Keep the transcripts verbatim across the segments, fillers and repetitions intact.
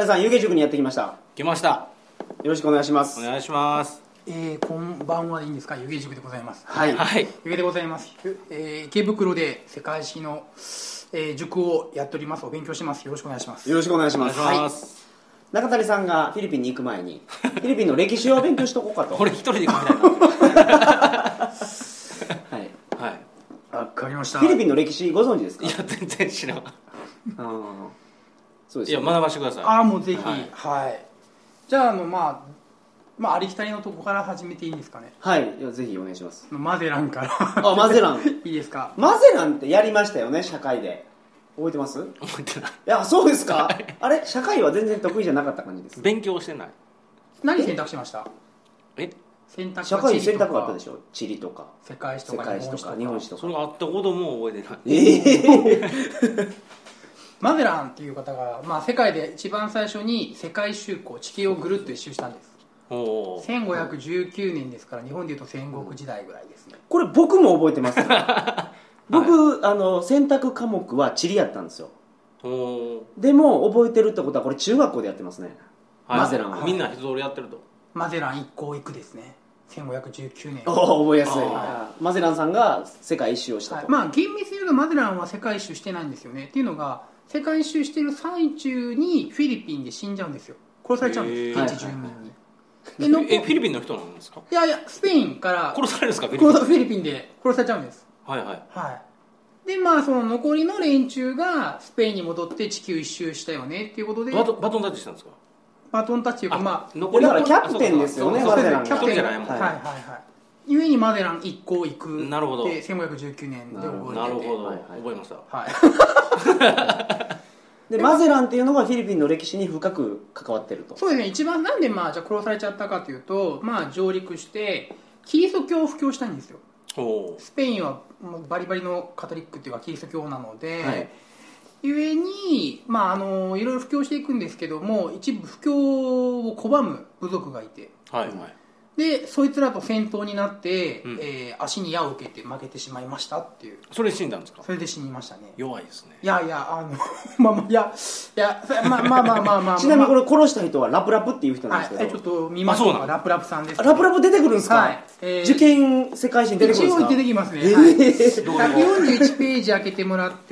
谷さん、湯気塾にやってきました。 来ました。よろしくお願いします。 お願いします。 えー、こんばんはいいんですか。湯気塾でございます。 はい、 はい、 湯気でございます。えー、池袋で世界史の、えー、塾をやっております。お勉強します。よろしくお願いします。 よろしくお願いします。 はい、 中谷さんがフィリピンに行く前にフィリピンの歴史を勉強しとこうかと。 これ一人で行きたいな。 はいはい。 わかりました。 フィリピンの歴史ご存知ですか？ いや全然知らん。 あそうです、 ね、いや学ばせてください。 ああもうぜひ、 はい、 はい、じゃああのまあまあありきたりのとこから始めていいんですかね。 はい、いやぜひお願いします。 マゼランからあマゼランいいですか。 マゼランってやりましたよね、社会で。覚えてます？ 覚えてない。いやそうですか。あれ社会は全然得意じゃなかった感じです。 勉強してない。 何選択しました？ え選択社会選択があったでしょ。地理とか世界史とか世界史とか日本史とか。 それがあったことも覚えてない。 えーマゼランっていう方が、まあ、世界で一番最初に世界周行地球をぐるっと一周したんです。 おせんごひゃくじゅうきゅうねんですから、日本でいうと戦国時代ぐらいですね。 これ僕も覚えてます。僕、 はあの選択科目は地理やったんですよ。 おでも覚えてるってことはこれ中学校でやってますね、 はい、 マゼランは。 みんな一通りやってると。 マゼラン一向一句ですね。せんごひゃくじゅうきゅうねん。 お覚えやすい。 あマゼランさんが世界一周をしたと、 はい、まあ厳密に言うとマゼランは世界一周してないんですよね。っていうのが世界一周してる最中にフィリピンで死んじゃうんですよ。殺されちゃうんです現地住民に。 えフィリピンの人なんですか？ いやいやスペインから殺されるんですか？フフィリピンで殺されちゃうんです。 はいはいはい。でまあその残りの連中がスペインに戻って地球一周したよねっていうことでバトバトンタッチしたんですか？ バトンタッチというかまあ残りだからキャプテンですよね、マゼランが。 キャプテンじゃないもん。 はいはいはい。ゆえにマゼラン一向一句なるほどでせんごひゃくじゅうきゅうねんで覚えてて。 なるほど、 はいはい覚えました。 はいでマゼランっていうのがフィリピンの歴史に深く関わってると。 そうですね。一番なんでまあじゃあ殺されちゃったかというと、まあ上陸してキリスト教を布教したいんですよ。 おスペインはもうバリバリのカトリックっていうかキリスト教なので、 はい、 ゆえにまああのいろいろ布教していくんですけども、一部布教を拒む部族がいて、 はいはい。 でそいつらと戦闘になって、 うんえー足に矢を受けて負けてしまいましたっていう。 それ死んだんですか？ それで死にましたね。 弱いですね。 いやいやあのまあまあいやいやまあまあまあまあまあ、まあ、 ちなみにこれ殺した人はラプラプっていう人なんですけど、 はい、ちょっと見ましょうか。ラプラプさんです、ね、 ラプラプ出てくるんですか？ はい、えー、 受験世界史に出てくるんですか？ 一応出てきますね、 えーはい、ひゃくよんじゅういちページ開けてもらって、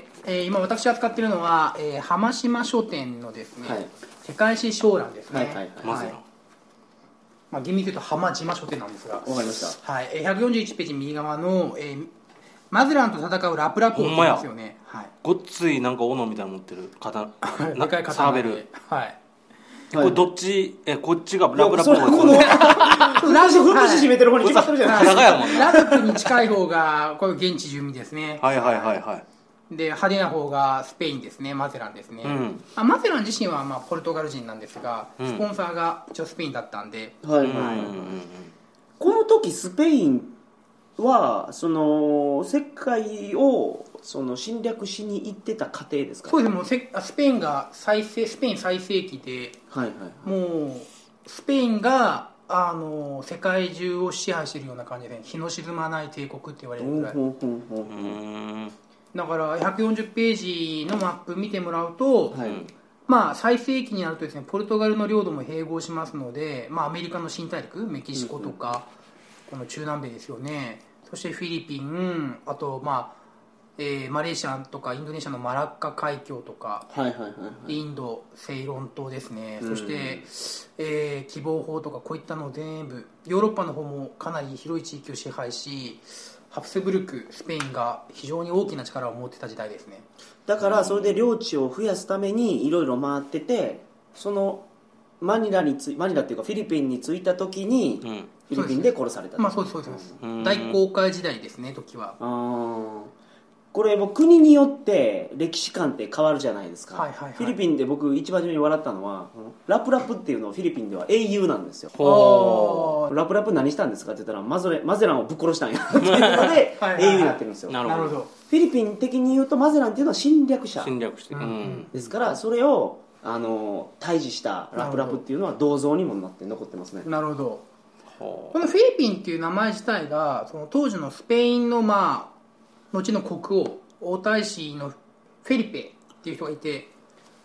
えー、今私が扱っているのは、えー、浜島書店のですね、はい、世界史小覧ですね。 はいはいはい、 まずは、 まあ、厳密に言うと浜島書店なんですが、 わかりました。 はい、ひゃくよんじゅういちページ右側の、えー、マゼランと戦うラプラプを言いますよね。はい、 ごっついなんか斧みたいなの持ってる刀でかい刀サーベル、 はい、 これどっちえこっちがラプラプをこの私福祉締めてる方に決まってるじゃないですか。 やもんな。 ラププに近い方がこれ現地住民ですね。 はいはいはいはい。 で派手な方がスペインですね、マゼランですね。うん、あマゼラン自身はまあポルトガル人なんですが、うん、スポンサーが一応スペインだったんで、 はいはいはい、この時スペインはその世界をその侵略しに行ってた過程ですか？ そうです。もうせスペインが最盛スペイン最盛期で、はいはいはい、もうスペインがあの世界中を支配しているような感じで、日の沈まない帝国って言われるぐらい。だからひゃくよんじゅうページのマップ見てもらうと、はい、まあ最盛期になるとですね、ポルトガルの領土も併合しますので、まあ、アメリカの新大陸メキシコとか、うんうん、この中南米ですよね。そしてフィリピン、あとまあ、えー、マレーシアとかインドネシアのマラッカ海峡とか、はいはいはいはい、インドセイロン島ですね、うん、そして、えー、希望法とかこういったのを全部ヨーロッパの方もかなり広い地域を支配し、ハプスブルクスペインが非常に大きな力を持ってた時代ですね。 だからそれで領地を増やすためにいろいろ回ってて、そのマニラにつマニラっていうかフィリピンに着いた時に、うん、フィリピンで殺された。 まあそうですそうです、うん、大航海時代ですね、時は。あこれも国によって歴史観って変わるじゃないですか、はいはいはい、フィリピンで僕一番初めに笑ったのは、うん、ラプラプっていうのをフィリピンでは英雄なんですよ。ラプラプ何したんですかって言ったらマゾレマゼランをぶっ殺したんやっていうので英雄になってるんですよ。 なるほど。 フィリピン的に言うとマゼランっていうのは侵略者侵略して、うん、ですからそれをあの対峙したラプラプっていうのは銅像にもなって残ってますね。 なるほど。このフィリピンっていう名前自体がその当時のスペインのまあ後の国王王太子のフェリペっていう人がいて、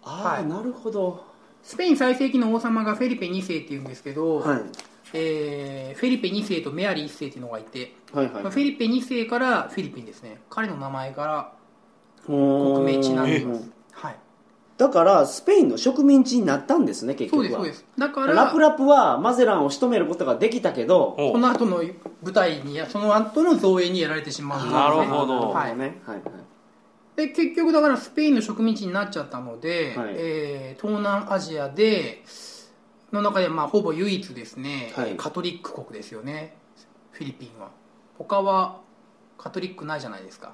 ああ、はい、なるほど。 スペイン最盛期の王様がフェリペにせいっていうんですけど、はい、えー、フェリペにせいとメアリーいっせいっていうのがいて、はいはいはい、フェリペにせいからフィリピンですね。彼の名前から国名地なんでます、はい、 だからスペインの植民地になったんですね、結局は。 そうですそうです。だからラプラプはマゼランを仕留めることができたけど、 この後の舞台にその後の造営にやられてしまうんですね。 なるほど、 はいはいはい、で結局だからスペインの植民地になっちゃったので、はい、えー、東南アジアでの中でまあほぼ唯一ですね、はい、カトリック国ですよね、フィリピンは。他はカトリックないじゃないですか。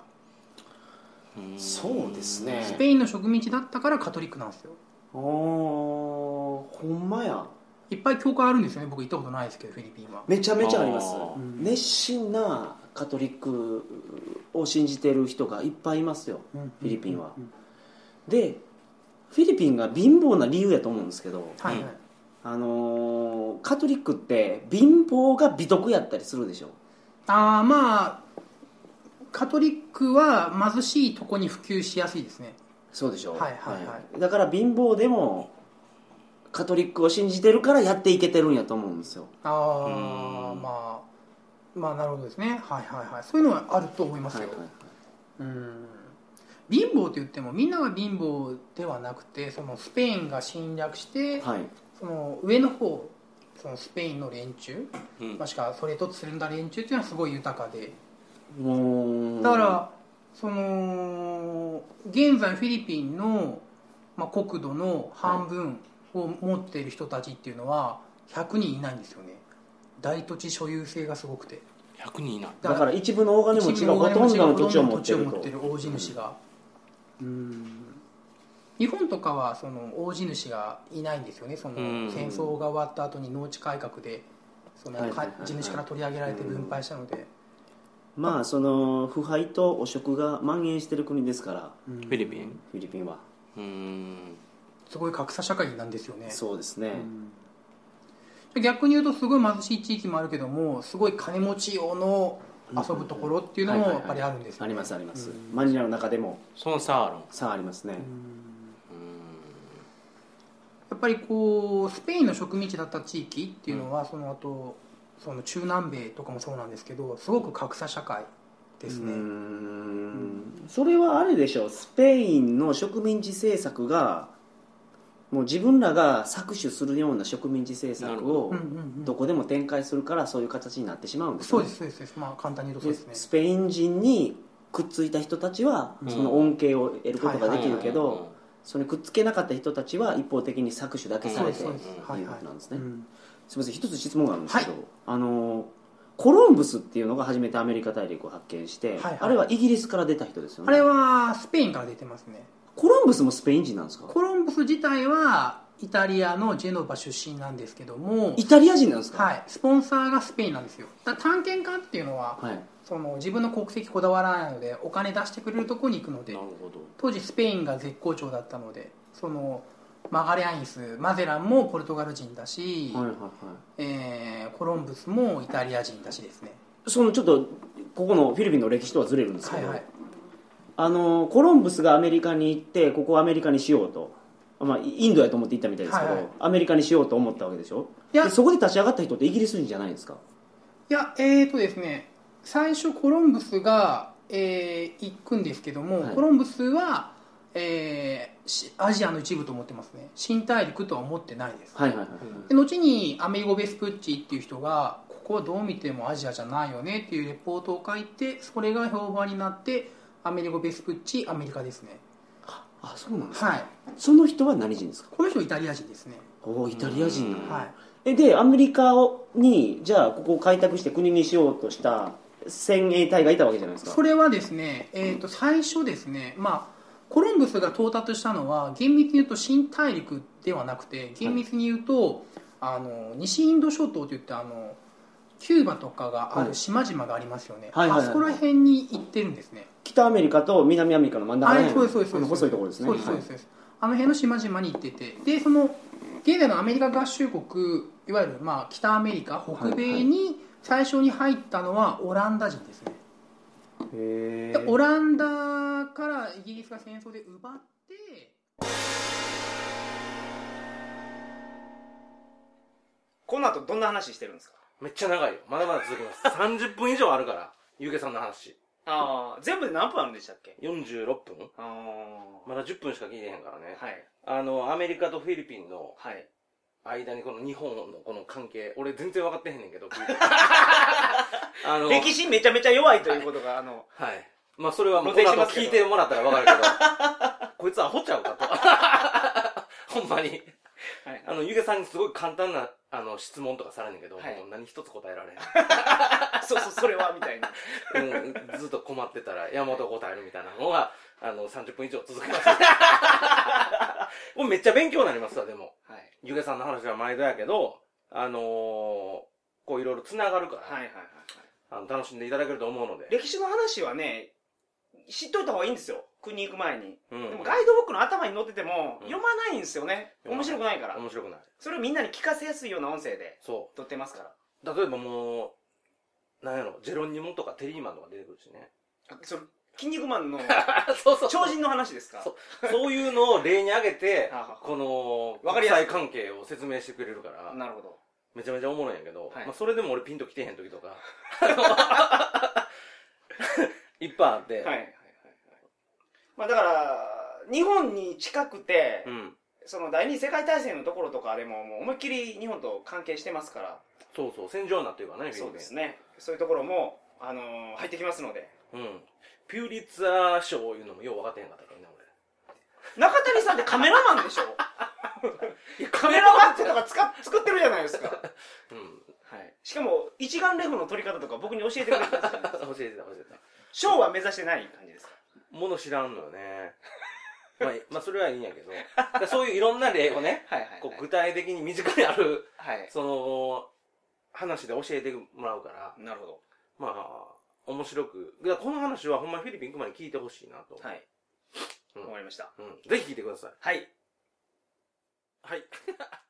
そうですね。 スペインの植民地だったからカトリックなんですよ。 ああ、ほんまや。 いっぱい教会あるんですよね。僕行ったことないですけど、フィリピンはめちゃめちゃあります。熱心なカトリックを信じてる人がいっぱいいますよ、うん、フィリピンは、うん、でフィリピンが貧乏な理由やと思うんですけど、はいはい、あのー、カトリックって貧乏が美徳やったりするでしょ。 ああ、まあカトリックは貧しいとこに普及しやすいですね。 そうでしょう、 はいはいはい、 だから貧乏でもカトリックを信じてるからやっていけてるんやと思うんですよ。 ああ、まあまあなるほどですね。はいはいはい、そういうのはあると思いますよ、はいはいはい、うん、貧乏と言ってもみんなが貧乏ではなくて、そのスペインが侵略して、はい、その上の方、そのスペインの連中、うん、もしくはそれとつるんだ連中っていうのはすごい豊かで、だからその現在フィリピンの、まあ、国土の半分を持っている人たちっていうのはひゃくにんいないんですよね。大土地所有性がすごくてひゃくにんいない。 だから一部の大金持ちがほとんどの土地を持ってると、 持ってる大地主が、うん、うん日本とかはその大地主がいないんですよね。その戦争が終わった後に農地改革でその地主から取り上げられて分配したので、 まあその腐敗と汚職が蔓延してる国ですから、 うん、フィリピンフィリピンはうーんすごい格差社会なんですよね。 そうですね、 うん、逆に言うとすごい貧しい地域もあるけども、すごい金持ち用の遊ぶところっていうのもやっぱりあるんですよね。 ありますあります、うん、マニラの中でもその差ある差ありますね。 うんやっぱりこうスペインの植民地だった地域っていうのは、うん、その後その中南米とかもそうなんですけど、すごく格差社会ですね。うーん、うん、 それはあれでしょう、スペインの植民地政策がもう自分らが搾取するような植民地政策をどこでも展開するから、そういう形になってしまうんですね。 そうですそうです、まあ、簡単に言うとそうですね。 スペイン人にくっついた人たちはその恩恵を得ることができるけど、それにくっつけなかった人たちは一方的に搾取だけされてということなんですね。すみません、一つ質問があるんですけど、はい、あのコロンブスっていうのが初めてアメリカ大陸を発見して、はいはい、あれはイギリスから出た人ですよね。 あれはスペインから出てますね。 コロンブスもスペイン人なんですか？ コロンブス自体はイタリアのジェノバ出身なんですけども。 イタリア人なんですか？ はい、スポンサーがスペインなんですよ。だから探検家っていうのは、はい、その自分の国籍こだわらないのでお金出してくれるところに行くので、なるほど。当時スペインが絶好調だったので、そのマガリアンイス、マゼランもポルトガル人だし、はいはいはい、えー、コロンブスもイタリア人だしですね。 そのちょっとここのフィリピンの歴史とはずれるんですけど、はいはい、あのコロンブスがアメリカに行ってここをアメリカにしようと、まあ、インドやと思って行ったみたいですけど、はいはい、アメリカにしようと思ったわけでしょ。いやでそこで立ち上がった人ってイギリス人じゃないんですか？ いや、えーとですね、最初コロンブスが、えー、行くんですけども、はい、コロンブスはえー、アジアの一部と思ってますね。新大陸とは思ってないです、はいはいはい、で後にアメリゴ・ベスプッチっていう人がここはどう見てもアジアじゃないよねっていうレポートを書いて、それが評判になってアメリゴ・ベスプッチアメリカですね。 ああ、そうなんですか、 はい、 その人は何人ですか？ この人はイタリア人ですね。 おイタリア人なの、 はい、 えでアメリカにじゃあここを開拓して国にしようとした先鋭隊がいたわけじゃないですか。 それはですね、えーと最初ですね、まあコロンブスが到達したのは厳密に言うと新大陸ではなくて、厳密に言うと、はい、あの西インド諸島といってあのキューバとかがある島々がありますよね、はいはいはいはい、あそこら辺に行ってるんですね。 北アメリカと南アメリカの真ん中ら辺、 はい、そうですそうです、 細いところですね。 そうですそうです、はい、あの辺の島々に行ってて、でその現在のアメリカ合衆国、いわゆるまあ北アメリカ北米に最初に入ったのはオランダ人ですね。へでオランダからイギリスが戦争で奪ってこの後どんな話してるんですか？ めっちゃ長いよ。まだまだ続きます。さんじゅっぷん以上あるから、ゆうげさんの話。 ああ、全部で何分あるんでしたっけ？ よんじゅうろっぷん。ああ。まだじゅっぷんしか聞いてへんからね。はい。あの、アメリカとフィリピンの、はい。間にこの日本のこの関係、俺全然分かってへんねんけど、あの歴史めちゃめちゃ弱いということが、はい、あの、はい。まあそれはもうこの後聞いてもらったら分かるけど、こいつアホちゃうかと。ほんまに。はい、あの、ゆげさんにすごい簡単な、あの、質問とかされんねんけど、はい、もう何一つ答えられへん。そうそう、それは、みたいな。うん、ずっと困ってたら、山本答えるみたいなのが、あの、さんじゅっぷん以上続きます。もうめっちゃ勉強になりますわ、でも。はい。ゆげさんの話は毎度やけど、あのー、こういろいろ繋がるから、はいはいはい、はい。あの、楽しんでいただけると思うので。歴史の話はね、知っといた方がいいんですよ。国行く前に。うん、でもガイドブックの頭に載ってても、読まないんですよね。うん、面白くないから。面白くない。それをみんなに聞かせやすいような音声で、そう。撮ってますから。例えばもう、なんやろ、ジェロニモとかテリーマンとか出てくるしね。あ、それ、筋肉マンの、そうそう。超人の話ですか？そう。そういうのを例に挙げて、この、国際関係を説明してくれるから。なるほど。めちゃめちゃおもろいんやけど、はい、まあそれでも俺ピンと来てへん時とか、いっぱいあって。はいはいはいはい。まあだから、日本に近くて、うん、その第二次世界大戦のところとかでも、もう思いっきり日本と関係してますから。そうそう、戦場になっていうかね、そうですね。そういうところも、あのー、入ってきますので。うん。ピューリッツァー賞いうのもよう分かってへんかったからね、俺。中谷さんってカメラマンでしょ？いや、カメラマンってとか作ってるじゃないですか。うん。はい。しかも、一眼レフの撮り方とか僕に教えてくれたんですよね。教えてた、教えてた。賞は目指してない感じですか？もの知らんのよね。まあ、まあ、それはいいんやけど。そういういろんな例をね、はいはいはい、こう具体的に身近にある、はい、その、話で教えてもらうから。なるほど。まあ、面白く。この話はほんまにフィリピン行く前に聞いてほしいなと。はい。わ、うん、かりました。うん。ぜひ聞いてください。はい。はい。